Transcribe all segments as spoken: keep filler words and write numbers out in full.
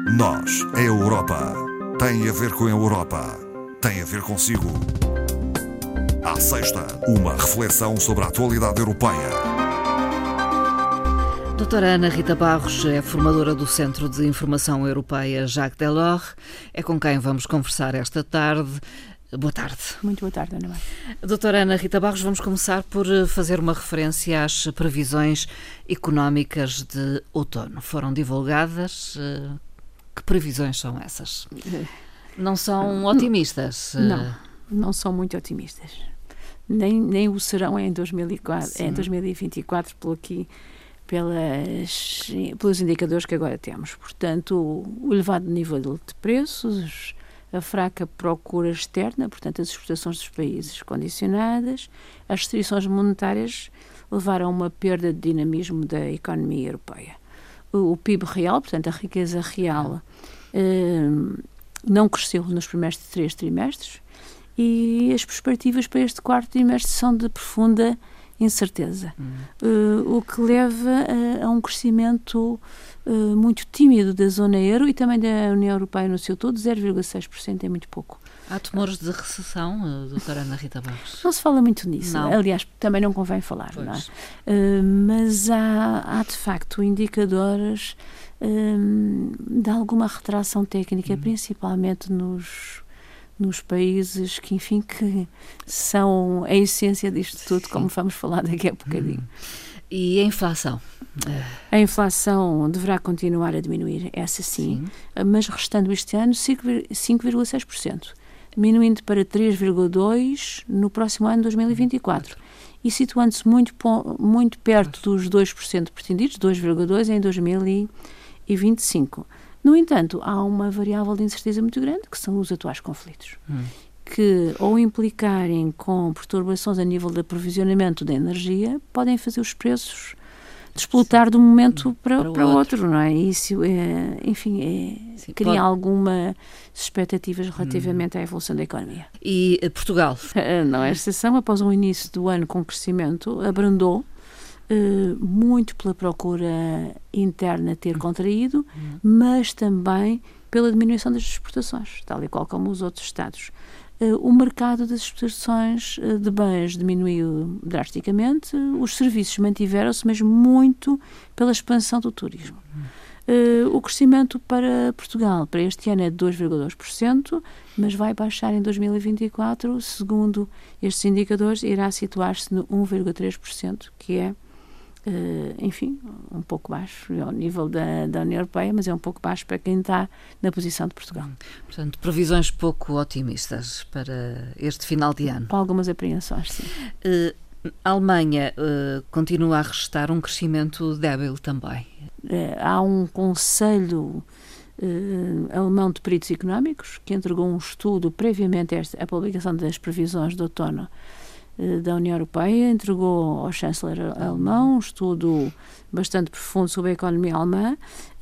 Nós, a Europa, tem a ver com a Europa, tem a ver consigo. À sexta, uma reflexão sobre a atualidade europeia. Doutora Ana Rita Barros é formadora do Centro de Informação Europeia Jacques Delors. É com quem vamos conversar esta tarde. Boa tarde. Muito boa tarde, Ana Maria. Doutora Ana Rita Barros, vamos começar por fazer uma referência às previsões económicas de outono. Foram divulgadas. Que previsões são essas? Não são otimistas? Não, não são muito otimistas. Nem, nem o serão em, dois mil e quatro, em dois mil e vinte e quatro, pelo aqui, pelas, pelos indicadores que agora temos. Portanto, o, o elevado nível de preços, a fraca procura externa, portanto, as exportações dos países condicionadas, as restrições monetárias levaram a uma perda de dinamismo da economia europeia. O, o P I B real, portanto, a riqueza real, eh, não cresceu nos primeiros três trimestres e as perspectivas para este quarto trimestre são de profunda incerteza, uhum. uh, o que leva a, a um crescimento uh, muito tímido da zona euro e também da União Europeia no seu todo. Zero vírgula seis por cento é muito pouco. Há temores de recessão, doutora Ana Rita Barros? Não se fala muito nisso. Não. Aliás, também não convém falar, não é? Uh, mas há, há, de facto, indicadores um, de alguma retração técnica, uhum. principalmente nos... nos países que, enfim, que são a essência disto tudo, Sim. como vamos falar daqui a bocadinho. Hum. E a inflação? A inflação deverá continuar a diminuir, essa sim, sim. mas restando este ano cinco vírgula seis por cento, diminuindo para três vírgula dois por cento no próximo ano, dois mil e vinte e quatro, e situando-se muito, muito perto dos dois por cento pretendidos, dois vírgula dois por cento em dois mil e vinte e cinco. No entanto, há uma variável de incerteza muito grande, que são os atuais conflitos, hum. que, ao implicarem com perturbações a nível de aprovisionamento da energia, podem fazer os preços desplotar Sim. de um momento para, para, para outro, outro, não é? Isso, é, enfim, é, Sim, cria pode... algumas expectativas relativamente hum. à evolução da economia. E Portugal? Não é exceção, após um início do ano com crescimento, abrandou, Uh, muito pela procura interna ter contraído, uhum. mas também pela diminuição das exportações, tal e qual como os outros Estados. Uh, o mercado das exportações uh, de bens diminuiu drasticamente, uh, os serviços mantiveram-se, mas muito pela expansão do turismo. Uhum. Uh, o crescimento para Portugal para este ano é de dois vírgula dois por cento, mas vai baixar em dois mil e vinte e quatro, segundo estes indicadores, irá situar-se no um vírgula três por cento, que é Uh, enfim, um pouco baixo ao nível da, da União Europeia, mas é um pouco baixo para quem está na posição de Portugal. Portanto, previsões pouco otimistas para este final de ano. Com algumas apreensões, sim. Uh, a Alemanha uh, continua a registrar um crescimento débil também. Uh, há um conselho uh, alemão de peritos económicos que entregou um estudo previamente a, esta, a publicação das previsões de outono da União Europeia, entregou ao chanceler alemão um estudo bastante profundo sobre a economia alemã,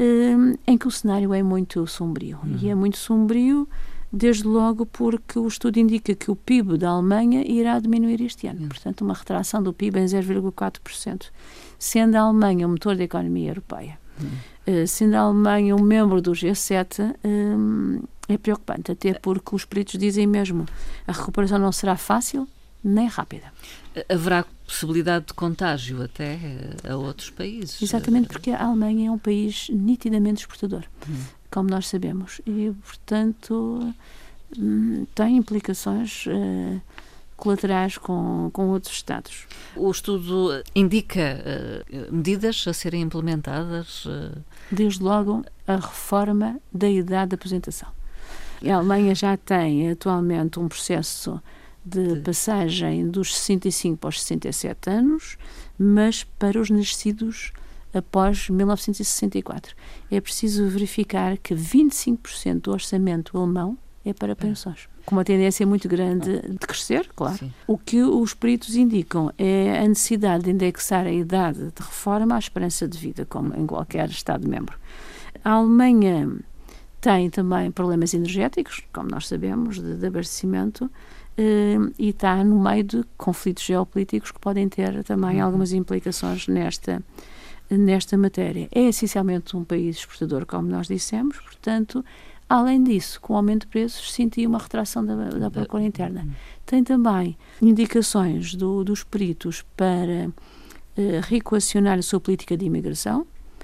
em que o cenário é muito sombrio. Uhum. E é muito sombrio, desde logo porque o estudo indica que o P I B da Alemanha irá diminuir este ano. Uhum. Portanto, uma retração do P I B em zero vírgula quatro por cento, sendo a Alemanha o motor da economia europeia. Uhum. Uh, sendo a Alemanha um membro do G sete, um, é preocupante, até porque os peritos dizem mesmo a recuperação não será fácil, nem rápida. Haverá possibilidade de contágio até a outros países? Exatamente, porque a Alemanha é um país nitidamente exportador, hum. como nós sabemos, e, portanto, tem implicações uh, colaterais com, com outros Estados. O estudo indica uh, medidas a serem implementadas? Uh... Desde logo, a reforma da idade de aposentação. A Alemanha já tem atualmente um processo de passagem dos sessenta e cinco para os sessenta e sete anos, mas para os nascidos após mil novecentos e sessenta e quatro. É preciso verificar que vinte e cinco por cento do orçamento alemão é para pensões, com uma tendência muito grande de crescer, claro. Sim. O que os peritos indicam é a necessidade de indexar a idade de reforma à esperança de vida, como em qualquer Estado-membro. A Alemanha tem também problemas energéticos, como nós sabemos, de, de abastecimento, Uh, e está no meio de conflitos geopolíticos que podem ter também algumas implicações nesta nesta matéria. É essencialmente um país exportador, como nós dissemos, portanto, além disso, com o aumento de preços, sentia uma retração da, da procura interna. Tem também indicações do, dos peritos para eh, reequacionar a sua política de imigração,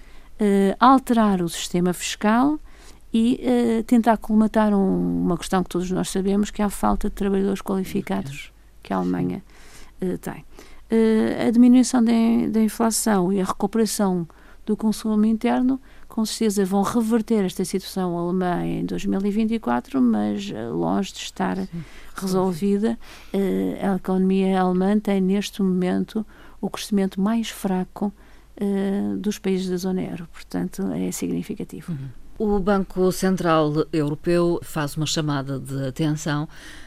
eh, alterar o sistema fiscal e eh, tentar colmatar um, uma questão que todos nós sabemos, que é a falta de trabalhadores qualificados que a Alemanha eh, tem. Uh, a diminuição da inflação e a recuperação do consumo interno, com certeza vão reverter esta situação alemã em dois mil e vinte e quatro, mas uh, longe de estar Sim. resolvida. Uh, a economia alemã tem neste momento o crescimento mais fraco uh, dos países da zona euro, portanto é significativo. Uhum. O Banco Central Europeu faz uma chamada de atenção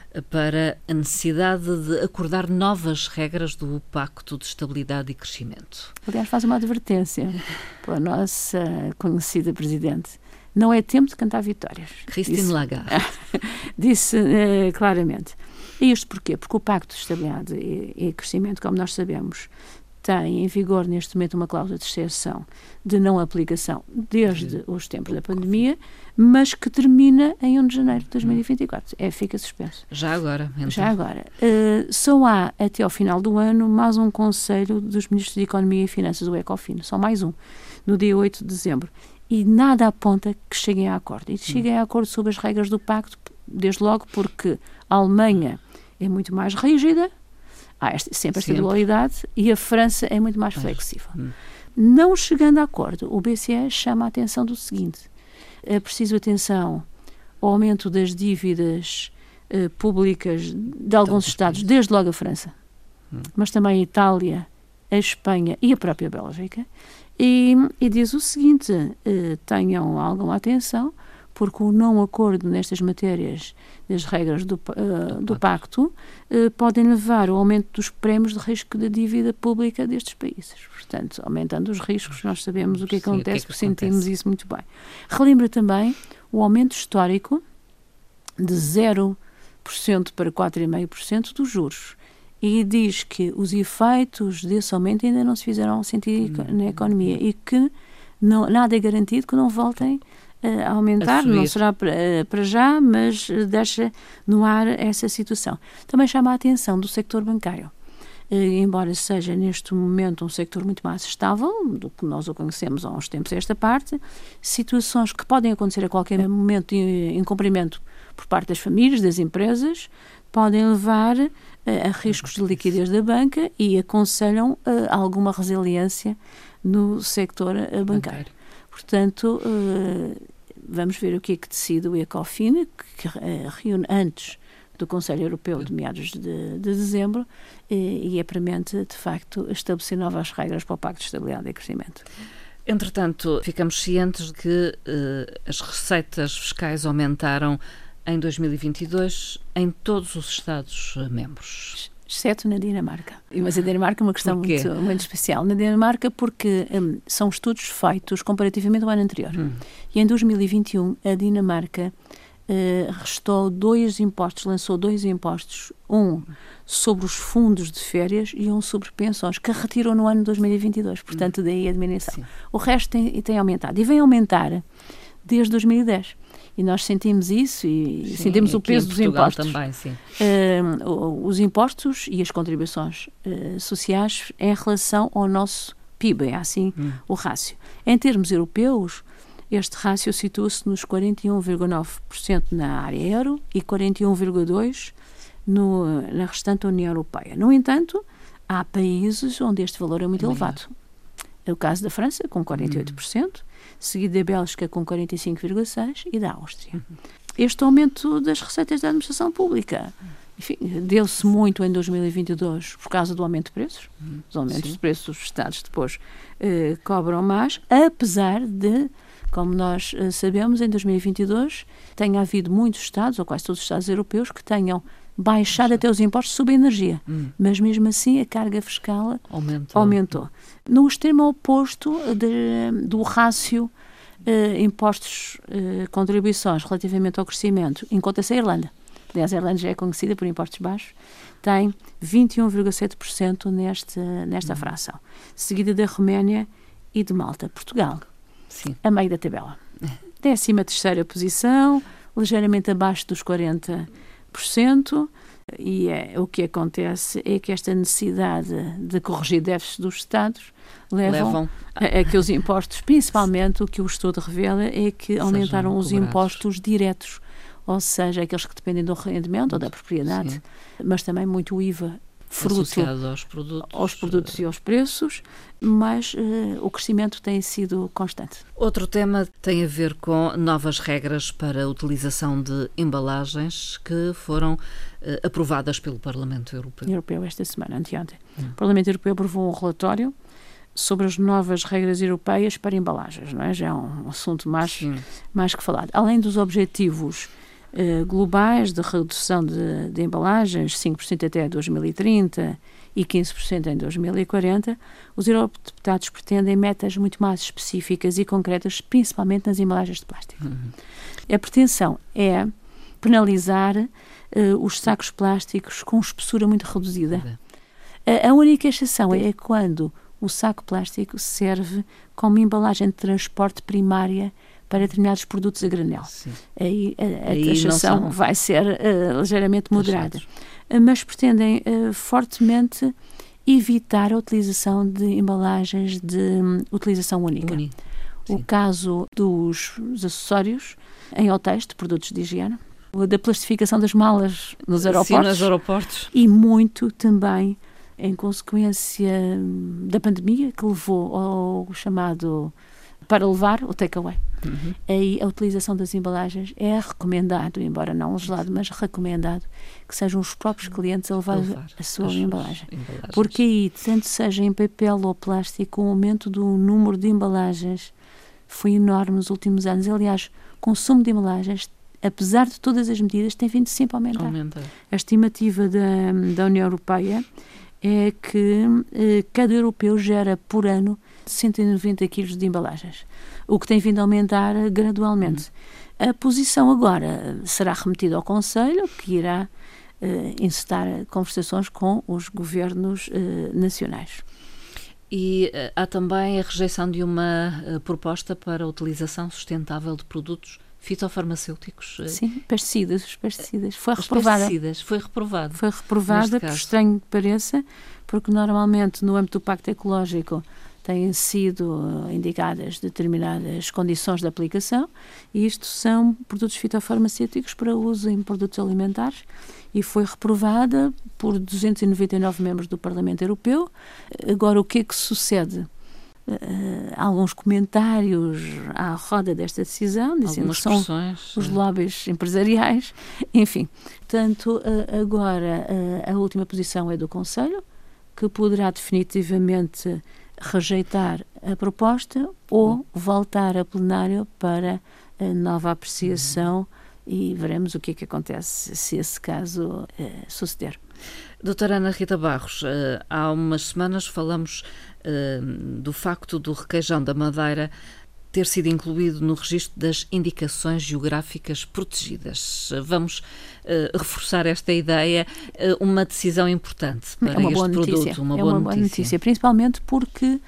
para a necessidade de acordar novas regras do Pacto de Estabilidade e Crescimento. Aliás, faz uma advertência pela nossa conhecida Presidente. Não é tempo de cantar vitórias. Christine disse, Lagarde. Disse uh, claramente. E isto porquê? Porque o Pacto de Estabilidade e, e Crescimento, como nós sabemos, tem em vigor neste momento uma cláusula de exceção de não aplicação desde os tempos da pandemia, mas que termina em primeiro de janeiro de dois mil e vinte e quatro. É, fica suspenso. Já agora. Então. Já agora. Uh, só há, até ao final do ano, mais um Conselho dos Ministros de Economia e Finanças, o ECOFIN, só mais um, no dia oito de dezembro. E nada aponta que cheguem a acordo. E cheguem a acordo sobre as regras do Pacto, desde logo porque a Alemanha é muito mais rígida, há esta, sempre esta sempre. dualidade, e a França é muito mais flexível. Hum. Não chegando a acordo, o B C E chama a atenção do seguinte: é preciso atenção ao aumento das dívidas uh, públicas de alguns então, Estados, desde logo a França, hum. mas também a Itália, a Espanha e a própria Bélgica, e, e diz o seguinte: uh, tenham alguma atenção, porque o não acordo nestas matérias das regras do, uh, do pacto uh, podem levar ao aumento dos prémios de risco da dívida pública destes países. Portanto, aumentando os riscos, nós sabemos o que acontece, Sim, o que é que porque acontece? Sentimos isso muito bem. Relembra também o aumento histórico de zero por cento para quatro vírgula cinco por cento dos juros. E diz que os efeitos desse aumento ainda não se fizeram sentir hum. na economia e que não, nada é garantido que não voltem a aumentar, a não será para, para já, mas deixa no ar essa situação. Também chama a atenção do sector bancário. Embora seja neste momento um sector muito mais estável do que nós o conhecemos há uns tempos a esta parte, situações que podem acontecer a qualquer momento de incumprimento por parte das famílias, das empresas, podem levar uh, a riscos de liquidez da banca e aconselham uh, alguma resiliência no sector uh, bancário. Portanto, uh, vamos ver o que é que decide o ECOFIN, que uh, reúne antes do Conselho Europeu de meados de, de dezembro, e, e é premente, de facto, estabelecer novas regras para o Pacto de Estabilidade e Crescimento. Entretanto, ficamos cientes de que uh, as receitas fiscais aumentaram em dois mil e vinte e dois em todos os Estados-membros. Exceto na Dinamarca. Mas a Dinamarca é uma questão muito, muito especial. Na Dinamarca porque um, são estudos feitos comparativamente ao ano anterior. Hum. E em dois mil e vinte e um a Dinamarca uh, restou dois impostos, lançou dois impostos, um sobre os fundos de férias e um sobre pensões, que retirou no ano de dois mil e vinte e dois. Portanto, daí a diminuição. Sim. O resto tem, tem aumentado. E vem aumentar desde dois mil e dez. E nós sentimos isso e sim, sentimos o peso dos impostos. Também, sim. Uh, os impostos e as contribuições uh, sociais em relação ao nosso P I B, é assim hum. o rácio. Em termos europeus, este rácio situa-se nos quarenta e um vírgula nove por cento na área euro e quarenta e um vírgula dois por cento no, na restante União Europeia. No entanto, há países onde este valor é muito é elevado. É o caso da França, com quarenta e oito por cento, hum. seguido da Bélgica, com quarenta e cinco vírgula seis por cento, e da Áustria. Uhum. Este aumento das receitas da administração pública, enfim, deu-se muito em dois mil e vinte e dois por causa do aumento de preços. Uhum. Os aumentos Sim. de preços, os Estados depois eh, cobram mais, apesar de, como nós eh, sabemos, em dois mil e vinte e dois tenha havido muitos Estados, ou quase todos os Estados europeus, que tenham baixar até os impostos sobre a energia. Hum. Mas mesmo assim a carga fiscal aumentou. aumentou. No extremo oposto de, do rácio eh, impostos, eh, contribuições relativamente ao crescimento, encontra-se a Irlanda. Aliás, a Irlanda já é conhecida por impostos baixos, tem vinte e um vírgula sete por cento neste, nesta hum. fração. Seguida da Roménia e de Malta. Portugal, Sim. a meio da tabela. Décima terceira posição, ligeiramente abaixo dos quarenta por cento, e é, o que acontece é que esta necessidade de corrigir déficits dos Estados levam, levam. A, a que os impostos, principalmente o que o estudo revela, é que aumentaram os impostos diretos, ou seja, aqueles que dependem do rendimento ou da propriedade, sim, mas também muito o I V A, fruto associado aos produtos, aos produtos e aos preços, mas uh, o crescimento tem sido constante. Outro tema tem a ver com novas regras para a utilização de embalagens que foram uh, aprovadas pelo Parlamento Europeu. Europeu esta semana, anteontem. Hum. O Parlamento Europeu aprovou um relatório sobre as novas regras europeias para embalagens, não é? Já é um assunto mais, mais que falado. Além dos objetivos Uh, globais de redução de, de embalagens, cinco por cento até dois mil e trinta e quinze por cento em dois mil e quarenta, os eurodeputados pretendem metas muito mais específicas e concretas, principalmente nas embalagens de plástico. Uhum. A pretensão é penalizar uh, os sacos plásticos com espessura muito reduzida. Uhum. A, a única exceção é quando o saco plástico serve como embalagem de transporte primária para determinados produtos a granel. Sim. Aí a, a taxação são... vai ser uh, ligeiramente moderada. Uh, mas pretendem uh, fortemente evitar a utilização de embalagens de um, utilização única. Uni. O caso dos, dos acessórios em hotéis de produtos de higiene, da plastificação das malas nos aeroportos, sim, nos aeroportos. E muito também em consequência da pandemia que levou ao chamado para levar o takeaway. Uhum. Aí a utilização das embalagens é recomendado, embora não legislado, mas recomendado que sejam os próprios clientes a levar, levar a sua embalagem. Embalagens. Porque aí, tanto seja em papel ou plástico, o aumento do número de embalagens foi enorme nos últimos anos. Aliás, o consumo de embalagens, apesar de todas as medidas, tem vindo sempre a aumentar. Aumenta. A estimativa da, da União Europeia é que eh, cada europeu gera por ano cento e noventa quilos de embalagens, o que tem vindo a aumentar gradualmente. Uhum. A posição agora será remetida ao Conselho, que irá eh, incitar conversações com os governos eh, nacionais. E uh, há também a rejeição de uma uh, proposta para a utilização sustentável de produtos fitofarmacêuticos. Sim, pesticidas, pesticidas. Foi reprovada. Pesticidas, foi reprovado. Foi reprovada, por estranho que pareça, porque normalmente no âmbito do Pacto Ecológico têm sido indicadas determinadas condições de aplicação e isto são produtos fitofarmacêuticos para uso em produtos alimentares e foi reprovada por duzentos e noventa e nove membros do Parlamento Europeu. Agora, o que é que sucede? Uh, alguns comentários à roda desta decisão, dizendo que são os lobbies empresariais, enfim. Portanto, uh, agora uh, a última posição é do Conselho, que poderá definitivamente rejeitar a proposta ou voltar a plenário para a nova apreciação uhum. e veremos o que é que acontece se esse caso uh, suceder. Doutora Ana Rita Barros, uh, há umas semanas falamos uh, do facto do requeijão da Madeira ter sido incluído no registro das indicações geográficas protegidas. Vamos uh, reforçar esta ideia, uh, uma decisão importante para é uma este boa produto. Notícia. Uma é boa uma notícia. boa notícia, principalmente porque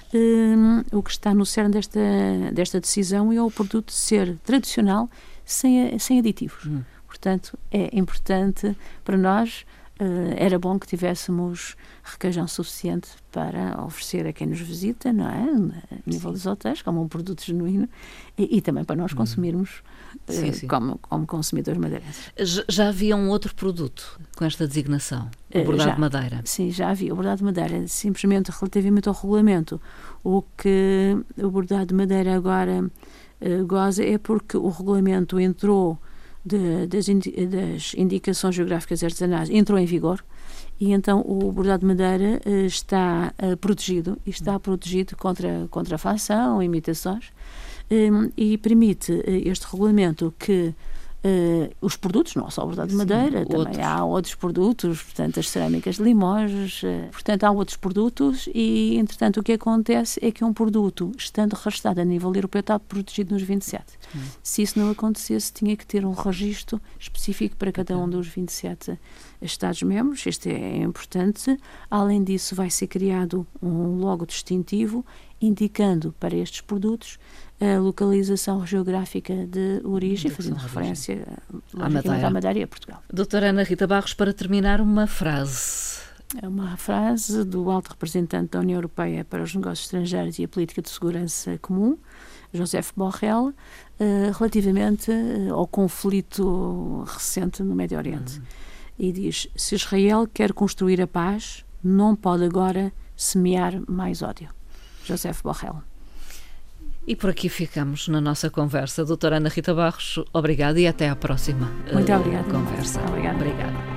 um, o que está no cerne desta, desta decisão é o produto ser tradicional sem, sem aditivos. Hum. Portanto, é importante para nós. Uh, era bom que tivéssemos requeijão suficiente para oferecer a quem nos visita, não é? A nível sim. dos hotéis, como um produto genuíno e, e também para nós consumirmos uh, sim, sim. Como, como consumidores madeirenses. Já havia um outro produto com esta designação, o bordado uh, de madeira? Sim, já havia. O bordado de madeira, simplesmente relativamente ao regulamento, o que o bordado de madeira agora uh, goza é porque o regulamento entrou De, das, indi, das indicações geográficas artesanais entrou em vigor e então o bordado de madeira uh, está uh, protegido e está protegido contra, contra a facção, imitações um, e permite uh, este regulamento que uh, os produtos, não só o bordado de madeira, sim, também outros. Há outros produtos, portanto as cerâmicas de Limoges, uh, portanto há outros produtos e entretanto o que acontece é que um produto, estando registado a nível europeu, está protegido nos vinte e sete. Hum. Se isso não acontecesse, tinha que ter um registro específico para cada um dos vinte e sete Estados-membros. Este é importante. Além disso, vai ser criado um logo distintivo indicando para estes produtos a localização geográfica de origem, fazendo referência à Madeira. à Madeira e a Portugal. Doutora Ana Rita Barros, para terminar, uma frase. É uma frase do alto representante da União Europeia para os Negócios Estrangeiros e a Política de Segurança Comum, Josep Borrell, relativamente ao conflito recente no Médio Oriente. Hum. E diz: se Israel quer construir a paz, não pode agora semear mais ódio. Josep Borrell. E por aqui ficamos na nossa conversa. Doutora Ana Rita Barros, obrigada e até à próxima. Muito obrigada. Conversa. Obrigada. Obrigada.